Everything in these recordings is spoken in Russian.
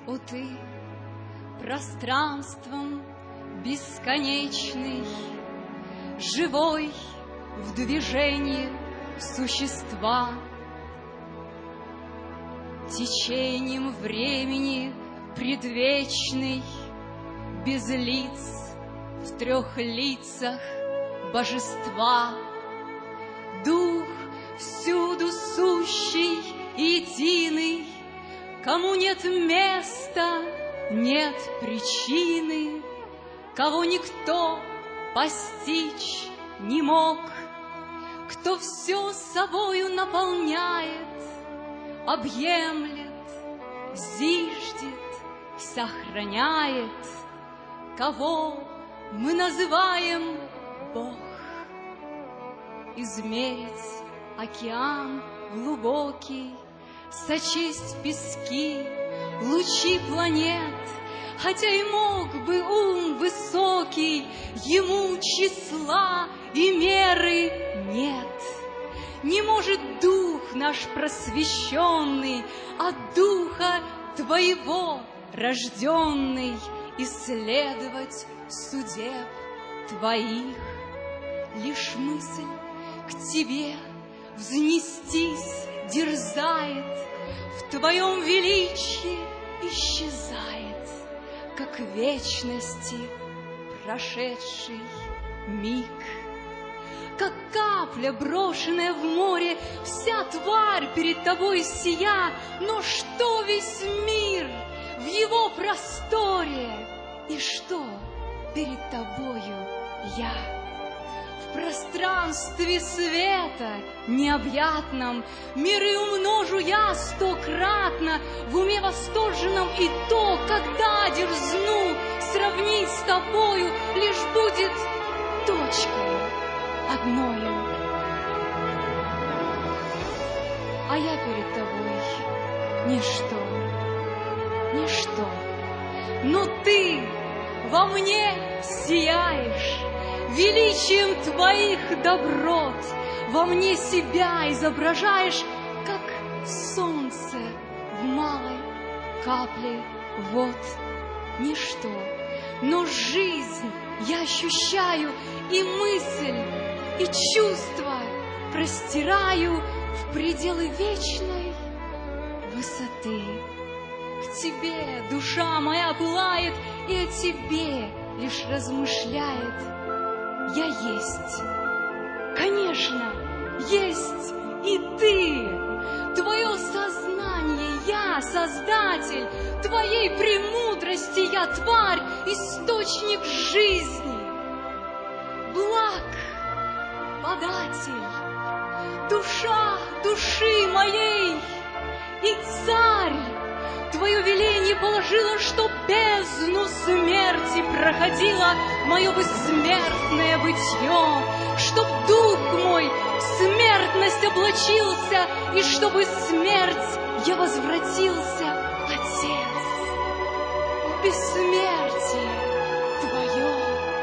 О ты, пространством бесконечный, живой в движении существа, течением времени предвечный, без лиц, в трех лицах божества. Дух всюду сущий, единый, кому нет места, нет причины, кого никто постичь не мог, кто все собою наполняет, объемлет, зиждет, сохраняет, кого мы называем Бог. Измерить океан глубокий, сочесть пески, лучи планет, хотя и мог бы ум высокий, ему числа и меры нет. Не может дух наш просвещенный, от духа твоего рожденный, исследовать судеб твоих. Лишь мысль к тебе взнестись дерзает, в твоем величии исчезает, как вечности прошедший миг. Как капля, брошенная в море, вся тварь перед тобой сия, но что весь мир в его просторе, и что перед тобою я? В пространстве света необъятном миры умножу я стократно, в уме восторженном и то, когда дерзну сравнить с тобою, лишь будет точкой одною. А я перед тобой ничто, ничто, но ты во мне сияешь величием твоих доброт, во мне себя изображаешь, как солнце в малой капле вод. Ничто, но жизнь я ощущаю, и мысль, и чувства простираю в пределы вечной высоты. К тебе душа моя пылает, и о тебе лишь размышляет. Я есть, конечно, есть и ты. Твое сознание я создатель, твоей премудрости я тварь, источник жизни, благ податель, душа души моей и царь. Твое веление положило, что бездну смерти проходило мое бессмертное бытие, чтоб дух мой в смертность облачился, и чтобы смерть я возвратился, Отец, в бессмертие Твое.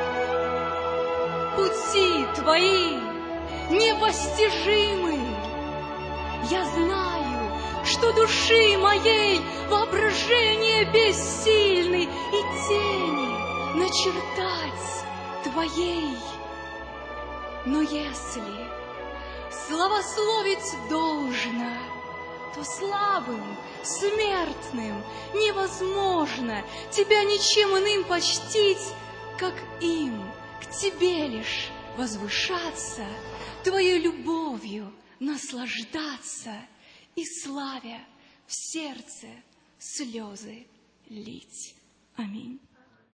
Пути Твои непостижимы. Я знаю, что души моей воображение бессильны, и тени начертать Твоей. Но если славословить должно, то слабым, смертным невозможно Тебя ничем иным почтить, как им к Тебе лишь возвышаться, Твоей любовью наслаждаться и, славя, в сердце слезы лить. Аминь.